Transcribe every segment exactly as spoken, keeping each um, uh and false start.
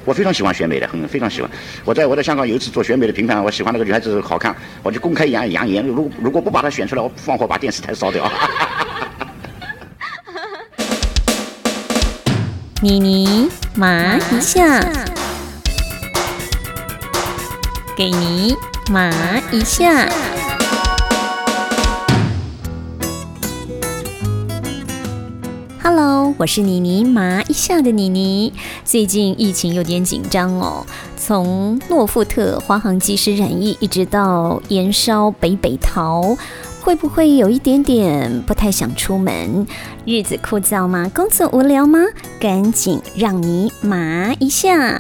我非常喜欢选美的，很非常喜欢。我在我在香港有一次做选美的评判，我喜欢那个女孩子好看，我就公开扬扬言，如果如果不把她选出来，我放火把电视台烧掉。 妮妮麻一下，给你麻一下。Hello， 我是妮妮麻一下的妮妮。最近疫情有点紧张哦，从诺富特华航机师染疫，一直到延烧北北桃，会不会有一点点不太想出门？日子枯燥吗？工作无聊吗？赶紧让你麻一下。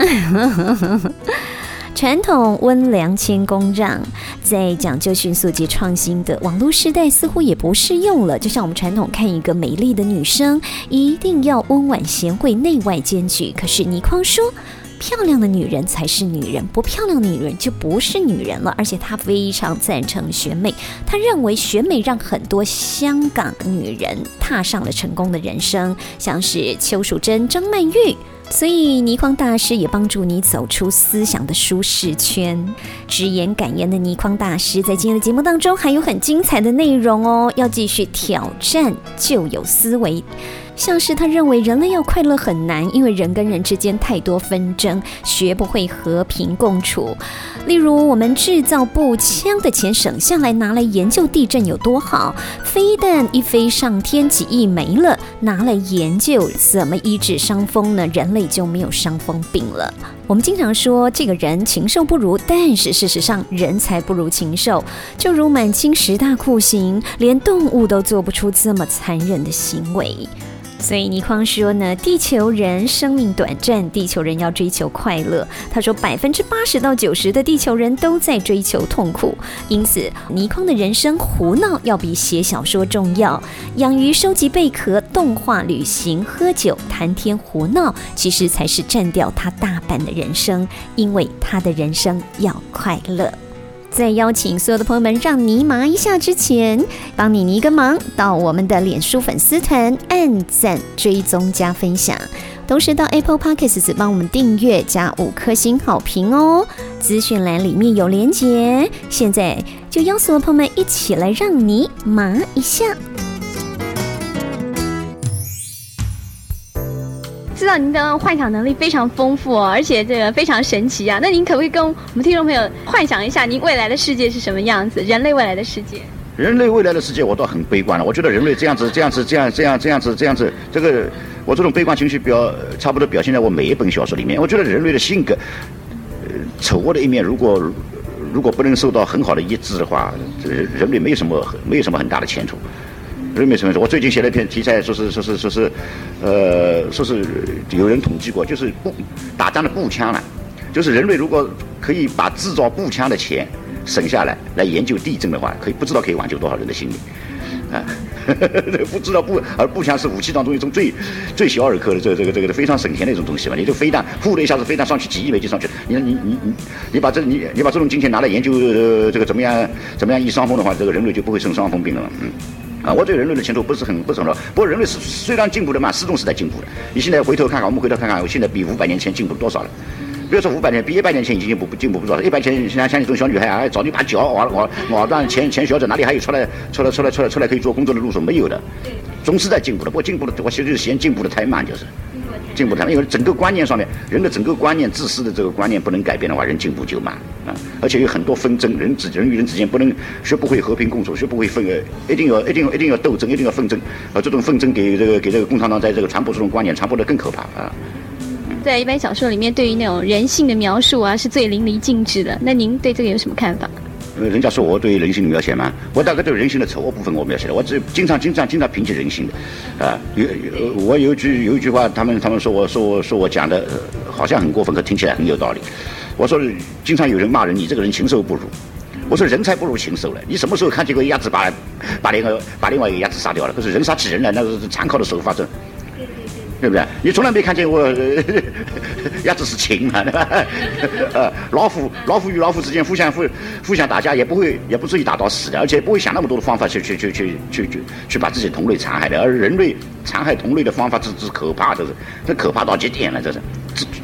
传统温良谦恭让，在讲究迅速及创新的网络时代似乎也不适用了。就像我们传统看一个美丽的女生，一定要温婉贤惠，内外兼具。可是倪匡说，漂亮的女人才是女人，不漂亮的女人就不是女人了。而且他非常赞成选美，他认为选美让很多香港女人踏上了成功的人生，像是邱淑贞、张曼玉。所以倪匡大师也帮助你走出思想的舒适圈。直言敢言的倪匡大师在今天的节目当中还有很精彩的内容哦，要继续挑战旧有思维。像是他认为人类要快乐很难，因为人跟人之间太多纷争，学不会和平共处。例如我们制造步枪的钱省下来拿来研究地震有多好，飞弹一飞上天几亿没了，拿来研究怎么医治伤风呢？人类就没有伤风病了。我们经常说这个人禽兽不如，但是事实上人才不如禽兽。就如满清十大酷刑，连动物都做不出这么残忍的行为。所以倪匡说呢，地球人生命短暂，地球人要追求快乐。他说百分之八十到九十的地球人都在追求痛苦，因此倪匡的人生胡闹要比写小说重要。养鱼、收集贝壳、动画、旅行、喝酒、谈天胡闹，其实才是占掉他大半的人生，因为他的人生要快乐。在邀请所有的朋友们让你麻一下之前，帮你一个忙，到我们的脸书粉丝团按赞、追踪加分享，同时到 Apple Podcasts 帮我们订阅加五颗星好评哦。资讯栏里面有连结，现在就邀所有朋友们一起来让你麻一下。 知道您的幻想能力非常丰富哦，而且这个非常神奇啊！那您可不可以跟我们听众朋友幻想一下，您未来的世界是什么样子？人类未来的世界？ 人类未来的世界，我倒很悲观了。我觉得人类这样子、这样子、这样、这样、这样子、这样子，这个我这种悲观情绪表差不多表现在我每一本小说里面。我觉得人类的性格，呃，丑恶的一面，如果如果不能受到很好的抑制的话，这人类没有什么没有什么很大的前途。人没什么。我最近写了一篇题材，说是说是说是，呃，说是有人统计过，就是步打仗的步枪了，就是人类如果可以把制造步枪的钱省下来，来研究地震的话，可以不知道可以挽救多少人的性命。啊，不知道步，而步枪是武器当中一种最最小儿科的这个这个这个非常省钱的一种东西嘛。你这飞弹，呼的一下子飞弹上去几亿枚就上去，你你你你你把这你你把这种金钱拿来研究、呃、这个怎么样怎么样医伤风的话，这个人类就不会生伤风病了嘛。嗯。啊，我对人类的前途不是很不是很好。不过人类是虽然进步的慢，始终是在进步的。你现在回头看看，我们回头看看，我现在比五百年前进步多少了？比如说五百年，比一百年前已经进步进步不少了。一百年前像像你这种小女孩啊，找你把脚咬咬咬断前前小脚，哪里还有出来出来出来出来出来可以做工作的路数？没有的，总是在进步的。不过进步的，我其实就是嫌进步的太慢，就是进步太慢。因为整个观念上面，人的整个观念、自私的这个观念不能改变的话，人进步就慢啊。而且有很多纷争，人之人与人之间不能学不会和平共处，学不会分呃，一定要一定要一定要斗争，一定要纷争。而这种纷争给这个给这个共产党在这个传播这种观念，传播的更可怕啊。 在一般小说里面，对于那种人性的描述啊，是最淋漓尽致的。那您对这个有什么看法？ 呃，人家说我对人性的描写嘛，我大概对人性的丑恶部分我描写了，我只经常经常经常评价人性的，啊，有有我有一句有一句话，他们他们说我说我说我讲的、呃、好像很过分，可听起来很有道理。我说经常有人骂人，你这个人禽兽不如。我说人才不如禽兽了，你什么时候看见过鸭子把把另外把另外一个鸭子杀掉了？可是人杀起人来，那是残酷的手法，这。对不对？你从来没看见过、呃、鸭子是禽嘛，对吧？呃，老虎老虎与老虎之间互相互互相打架，也不会也不至于打到死的，而且不会想那么多的方法去去去去去去去把自己同类残害的。而人类残害同类的方法之之可怕，这是这可怕到极点了，这是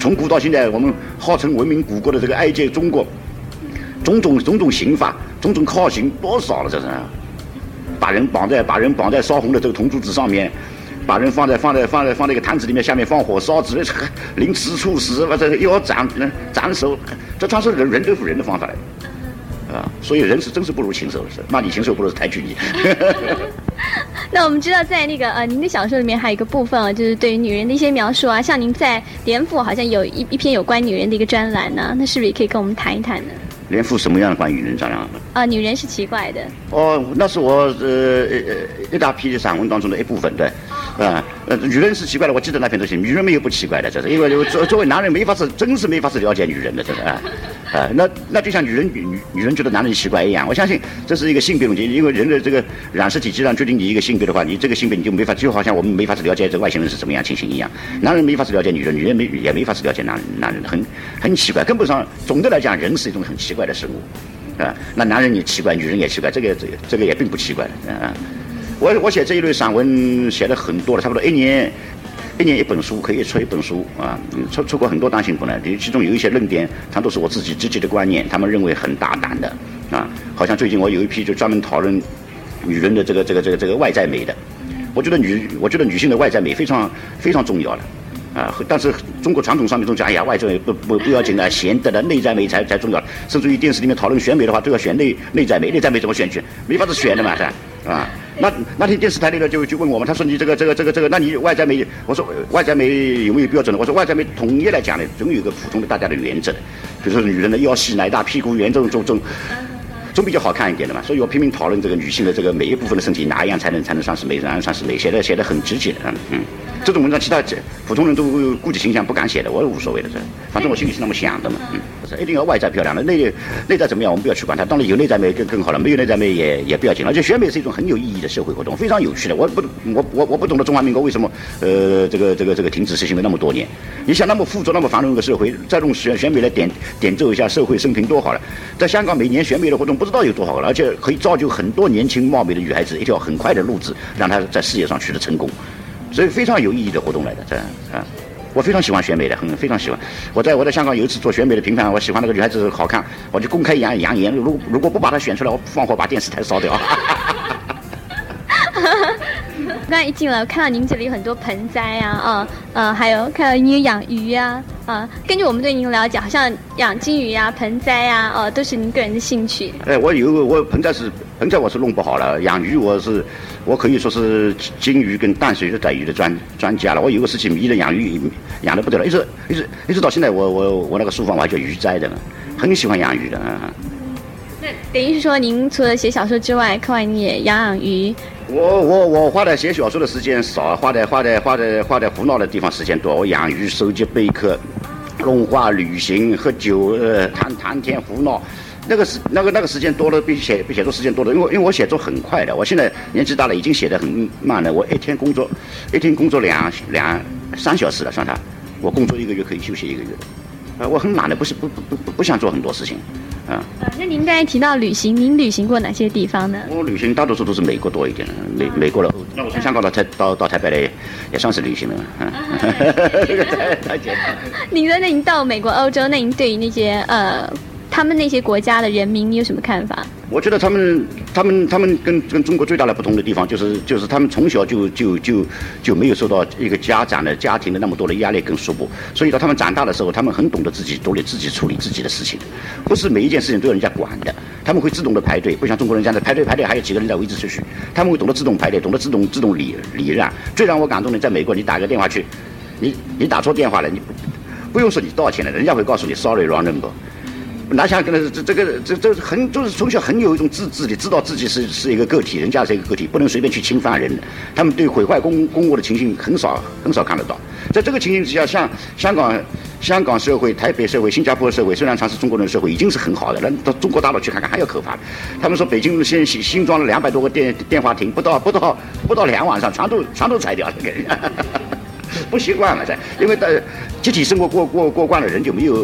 从古到现在，我们号称文明古国的这个埃及、中国，种种种种刑法、种种酷刑多少了？这是，把人绑在把人绑在烧红的这个铜柱子上面，把人放在放在放在放在一个坛子里面，下面放火烧，直接凌迟处死，或者又要斩斩首，这全是人人对付人的方法来的。啊，所以人是真是不如禽兽的，骂你禽兽不如抬举你。 那我们知道，在那个呃，您的小说里面还有一个部分啊，就是对于女人的一些描述啊，像您在《联富》好像有一一篇有关女人的一个专栏呢，那是不是也可以跟我们谈一谈呢？ 联富什么样的关于女人专栏？啊、 呃，女人是奇怪的。 哦，那是我呃一大批的散文当中的一部分，对。啊，呃，女人是奇怪的，我记得那篇东西，女人没有不奇怪的，这是因为作作为男人没法子，真是没法子了解女人的，这是啊，啊，那那就像女人女女人觉得男人奇怪一样，我相信这是一个性别问题，因为人的这个染色体既然决定你一个性别的话，你这个性别你就没法，就好像我们没法子了解这个外星人是怎么样情形一样，男人没法子了解女人，女人没也没法子了解男人，男人很很奇怪，根本上总的来讲，人是一种很奇怪的生物，啊，那男人也奇怪，女人也奇怪，这个这个这个也并不奇怪的，啊。我我写这一类散文写了很多了，差不多一年一年一本书，可以出一本书啊，出出过很多单行本了。其中有一些论点，它都是我自己自己的观念，他们认为很大胆的啊。好像最近我有一批就专门讨论女人的这个这个这个这个外在美的，我觉得女我觉得女性的外在美非常非常重要的。啊，但是中国传统上面总讲，哎呀，外在美不不不要紧的，贤德的内在美才才重要。甚至于电视里面讨论选美的话，都要选内内在美，内在美怎么选去？没法子选的嘛，是吧？啊，那那天电视台里头就就问我们，他说你这个这个这个这个，那你外在美，我说外在美有没有标准的？我说外在美统一来讲呢，总有一个普通的大家的原则的，比如说女人的腰细奶大，屁股圆，这种这种。总比较好看一点的嘛，所以我拼命讨论这个女性的这个每一部分的身体哪一样才能才能算是美，哪样算是美，写的写的很直接的，嗯嗯，这种文章其他普通人都顾及形象不敢写的，我也无所谓的，这反正我心里是那么想的嘛，嗯，不是一定要外在漂亮的，内内在怎么样我们不要去管它，当然有内在美更更好了，没有内在美也也不要紧了，而且选美是一种很有意义的社会活动，非常有趣的，我不我我我不懂得中华民国为什么呃这个这个这个停止实行了那么多年，你想那么富足那么繁荣的社会，再用选选美来点点奏一下社会生平多好了，在香港每年选美的活动不知道有多好了，而且可以造就很多年轻貌美的女孩子一条很快的路子，让她在事业上取得成功，所以非常有意义的活动来的，这啊，我非常喜欢选美的，很非常喜欢。我在我在香港有一次做选美的评判，我喜欢那个女孩子好看，我就公开扬扬言，如如果不把她选出来，我放火把电视台烧掉。 刚才一进来，我看到您这里有很多盆栽啊，啊，呃，还有看到您有养鱼啊，啊，根据我们对您了解，好像养金鱼啊、盆栽啊，哦、呃，都是您个人的兴趣。 哎，我有我盆栽是盆栽我是弄不好了，养鱼我是我可以说是金鱼跟淡水热带鱼的专专家了。我有个事情迷了养鱼，养得不得了，一直一直一直到现在我，我我我那个书房我还叫鱼斋的呢，很喜欢养鱼的啊。 那等于是说，您除了写小说之外，课外你也养养鱼。 我我我花在写小说的时间少，花在花在花在花在胡闹的地方时间多。我养鱼、收集贝壳、弄画、旅行、喝酒、呃谈谈天胡闹，那个时那个那个时间多了，比写比写作时间多了。因为因为我写作很快的，我现在年纪大了，已经写得很慢了。我一天工作一天工作两两三小时了，算它。我工作一个月可以休息一个月的。啊，我很懒的，不是不不不不想做很多事情。啊， 呃，那您刚才提到旅行，您旅行过哪些地方呢？ 我旅行大多数都是美国多一点，美美国了。那我从香港到台到到台北来，也算是旅行了。嗯，这个太太简单。 您在那您到美国、欧洲，那您对于那些呃他们那些国家的人民，你有什么看法？ 我觉得他们他们他们跟跟中国最大的不同的地方，就是就是他们从小就就就就没有受到一个家长的家庭的那么多的压力跟束缚，所以到他们长大的时候，他们很懂得自己独立自己处理自己的事情，不是每一件事情都要人家管的，他们会自动的排队，不像中国人这样的排队排队还有几个人在维持秩序，他们会懂得自动排队，懂得自动自动礼礼让。最让我感动的，在美国你打个电话去，你你打错电话了，你不不用说你道歉了，人家会告诉你 sorry wrong number。哪想跟他这这个这这很就是从小很有一种自制的，知道自己是是一个个体，人家是一个个体，不能随便去侵犯人的。他们对毁坏公公物的情形很少很少看得到。在这个情形之下，像香港香港社会、台北社会、新加坡社会，虽然它是中国人的社会，已经是很好的了。到中国大陆去看看还要可怕的。他们说北京现新新装了两百多个电电话亭，不到不到不到两晚上，全都全都拆掉了，给人家不习惯了，在因为在集体生活过过过惯了，人就没有。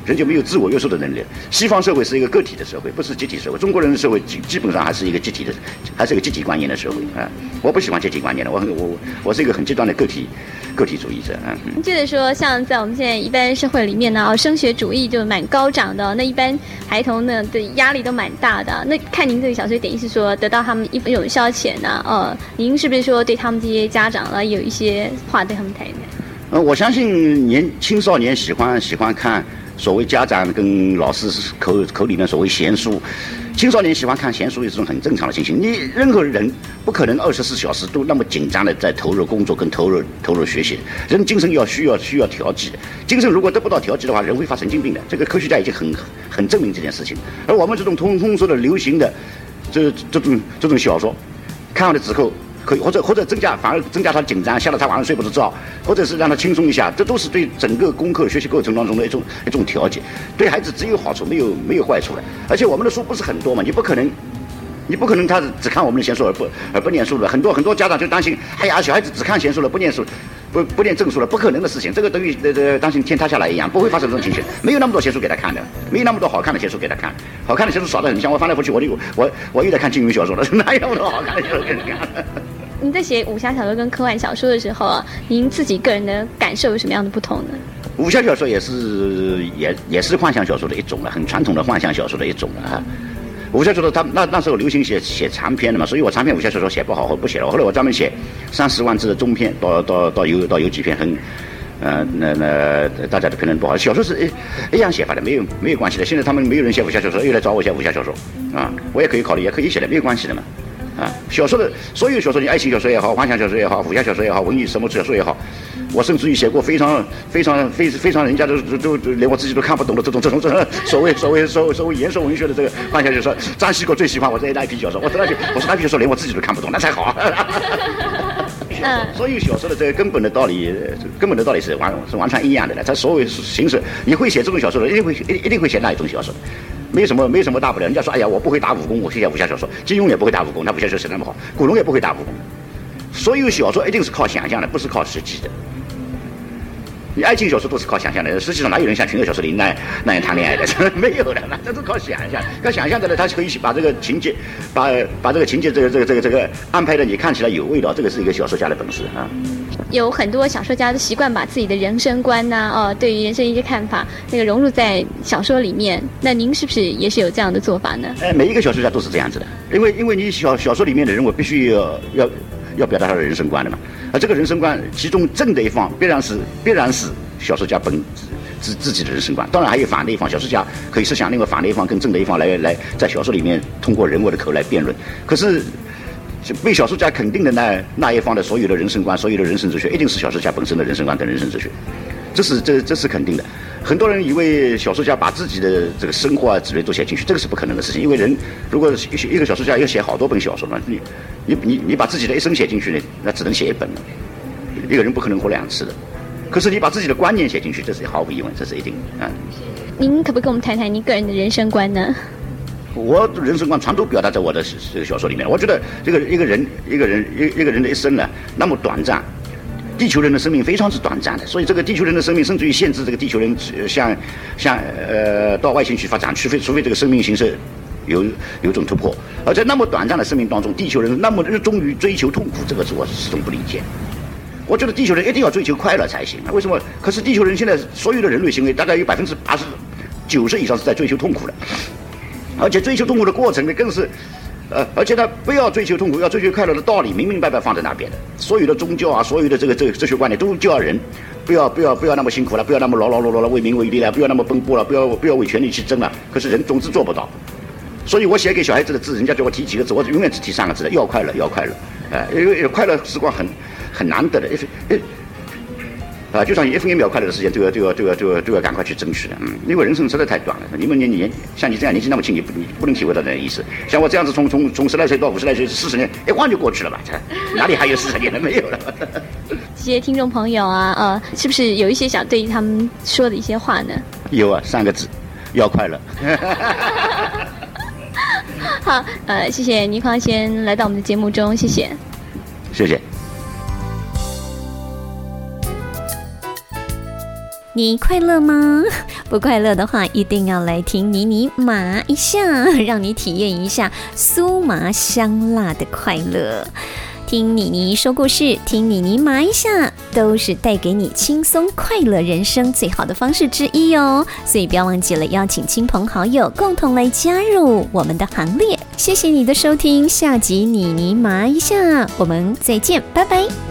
人就没有自我约束的能力。西方社会是一个个体的社会，不是集体社会。中国人的社会基基本上还是一个集体的，还是一个集体观念的社会啊。我不喜欢集体观念的，我我我是一个很极端的个体个体主义者啊。 嗯、就是说，像在我们现在一般社会里面呢，哦，升学主义就蛮高涨的、哦，那一般孩童呢的压力都蛮大的。那看您这个小说点意是说得到他们一种消遣呢、啊，呃，您是不是说对他们这些家长呢有一些话对他们谈一谈？ 呃，我相信年青少年喜欢喜欢看所谓家长跟老师口口里面所谓闲书，青少年喜欢看闲书也是种很正常的情形。你任何人不可能二十四小时都那么紧张的在投入工作跟投入投入学习，人精神要需要需要调剂，精神如果得不到调剂的话，人会发神经病的。这个科学家已经很很证明这件事情。而我们这种通通俗的流行的这这种这种小说，看完了之后。可以，或者或者增加，反而增加他紧张，吓得他晚上睡不着觉，或者是让他轻松一下，这都是对整个功课学习过程当中的一种一种调节，对孩子只有好处，没有没有坏处的。而且我们的书不是很多嘛，你不可能，你不可能他只看我们的闲书而不而不念书的。很多很多家长就担心，哎呀，小孩子只看闲书了，不念书。不不念证书了，不可能的事情。这个等于呃呃，当心天塌下来一样，不会发生这种情形。没有那么多闲书给他看的，没有那么多好看的闲书给他看。好看的闲书少得很，像我翻来覆去，我就我我又在看金庸小说了，哪有那么多好看的闲书给你看？ 你在写武侠小说跟科幻小说的时候啊，您自己个人的感受有什么样的不同呢？ 武侠小说也是也也是幻想小说的一种了，很传统的幻想小说的一种了啊。武侠小说他那那时候流行写写长篇的嘛，所以我长篇武侠小说写不好，我不写了。后来我专门写三十万字的中篇，到到到有到有几篇很，呃那那大家的评论不好。小说是一一样写法的，没有没有关系的。现在他们没有人写武侠小说，又来找我写武侠小说啊，我也可以考虑，也可以写的，没有关系的嘛。啊，小说的所有小说，你爱情小说也好，幻想小说也好，武侠小说也好，文艺什么小说也好，我甚至于写过非常非常非非常人家都都都连我自己都看不懂的这种这种这种所谓所谓所谓所谓严肃文学的这个幻想小说。张西国最喜欢我这那一批小说，我那批我说那批小说连我自己都看不懂，那才好。嗯，所有小说的这个根本的道理，根本的道理是完是完全一样的了。它所谓形式，你会写这种小说的，一定会一一定会写那一种小说的。没什么，没什么大不了。人家说，哎呀，我不会打武功，我写写武侠小说。金庸也不会打武功，他武侠小说写那么好。古龙也不会打武功。所有小说一定是靠想象的，不是靠实际的。你爱情小说都是靠想象的，实际上哪有人像情色小说里那那样谈恋爱的？没有的，那这是靠想象。靠想象的呢，他可以把这个情节，把把这个情节这个这个这个这个安排的你看起来有味道，这个是一个小说家的本事啊。 有很多小说家都习惯把自己的人生观呐、啊，哦，对于人生一些看法，那个融入在小说里面。那您是不是也是有这样的做法呢？ 哎，每一个小说家都是这样子的，因为因为你小小说里面的人物必须要要要表达他的人生观的嘛。而这个人生观，其中正的一方必然是必然是小说家本自自己的人生观，当然还有反的一方。小说家可以设想另外反的一方跟正的一方来来在小说里面通过人物的口来辩论。可是被小说家肯定的那那一方的所有的人生观、所有的人生哲学，一定是小说家本身的人生观跟人生哲学，这是这这是肯定的。很多人以为小说家把自己的这个生活啊之类都写进去，这个是不可能的事情。因为人如果一个小说家要写好多本小说呢，你你你你把自己的一生写进去呢，那只能写一本了。一个人不可能活两次的。可是你把自己的观念写进去，这是毫无疑问，这是一定啊。 您可不可以跟我们谈谈您个人的人生观呢？ 我人生观全都表达在我的这个小说里面。我觉得这个一个人一个人一一个人的一生呢，那么短暂，地球人的生命非常之短暂的，所以这个地球人的生命甚至于限制这个地球人向向呃到外星去发展，除非除非这个生命形式有有种突破。而在那么短暂的生命当中，地球人那么热衷于追求痛苦，这个是我始终不理解。我觉得地球人一定要追求快乐才行。为什么？可是地球人现在所有的人类行为，大概有百分之八十、九十以上是在追求痛苦的，而且追求痛苦的过程呢，更是，呃，而且他不要追求痛苦，要追求快乐的道理，明明白白放在那边的。所有的宗教啊，所有的这个这个哲学观念，都叫人不要不要不要那么辛苦了，不要那么劳劳碌碌了，为名为利了，不要那么奔波了，不要不要为权力去争了。可是人总是做不到。所以我写给小孩子的字，人家叫我提几个字，我永远只提三个字的：要快乐，要快乐。哎、呃，因为快乐时光很很难得的，一分啊，就像一分一秒快乐的时间，都要都要都要都要都要赶快去争取的。嗯，因为人生实在太短了。你们年年像你这样年纪那么轻，你不你不能体会到这个意思。像我这样子，从从从十来岁到五十来岁，四十年一晃就过去了吧？哪里还有四十年的没有了？ 这些听众朋友啊，呃，是不是有一些想对他们说的一些话呢？ 有啊，三个字：要快乐。 好，呃，谢谢倪匡先来到我们的节目中，谢谢， 谢谢。 你快乐吗？ 不快乐的话，一定要来听妮妮麻一下，让你体验一下酥麻香辣的快乐。听妮妮说故事，听妮妮麻一下，都是带给你轻松快乐人生最好的方式之一哦。所以不要忘记了邀请亲朋好友共同来加入我们的行列。谢谢你的收听，下集妮妮麻一下，我们再见，拜拜。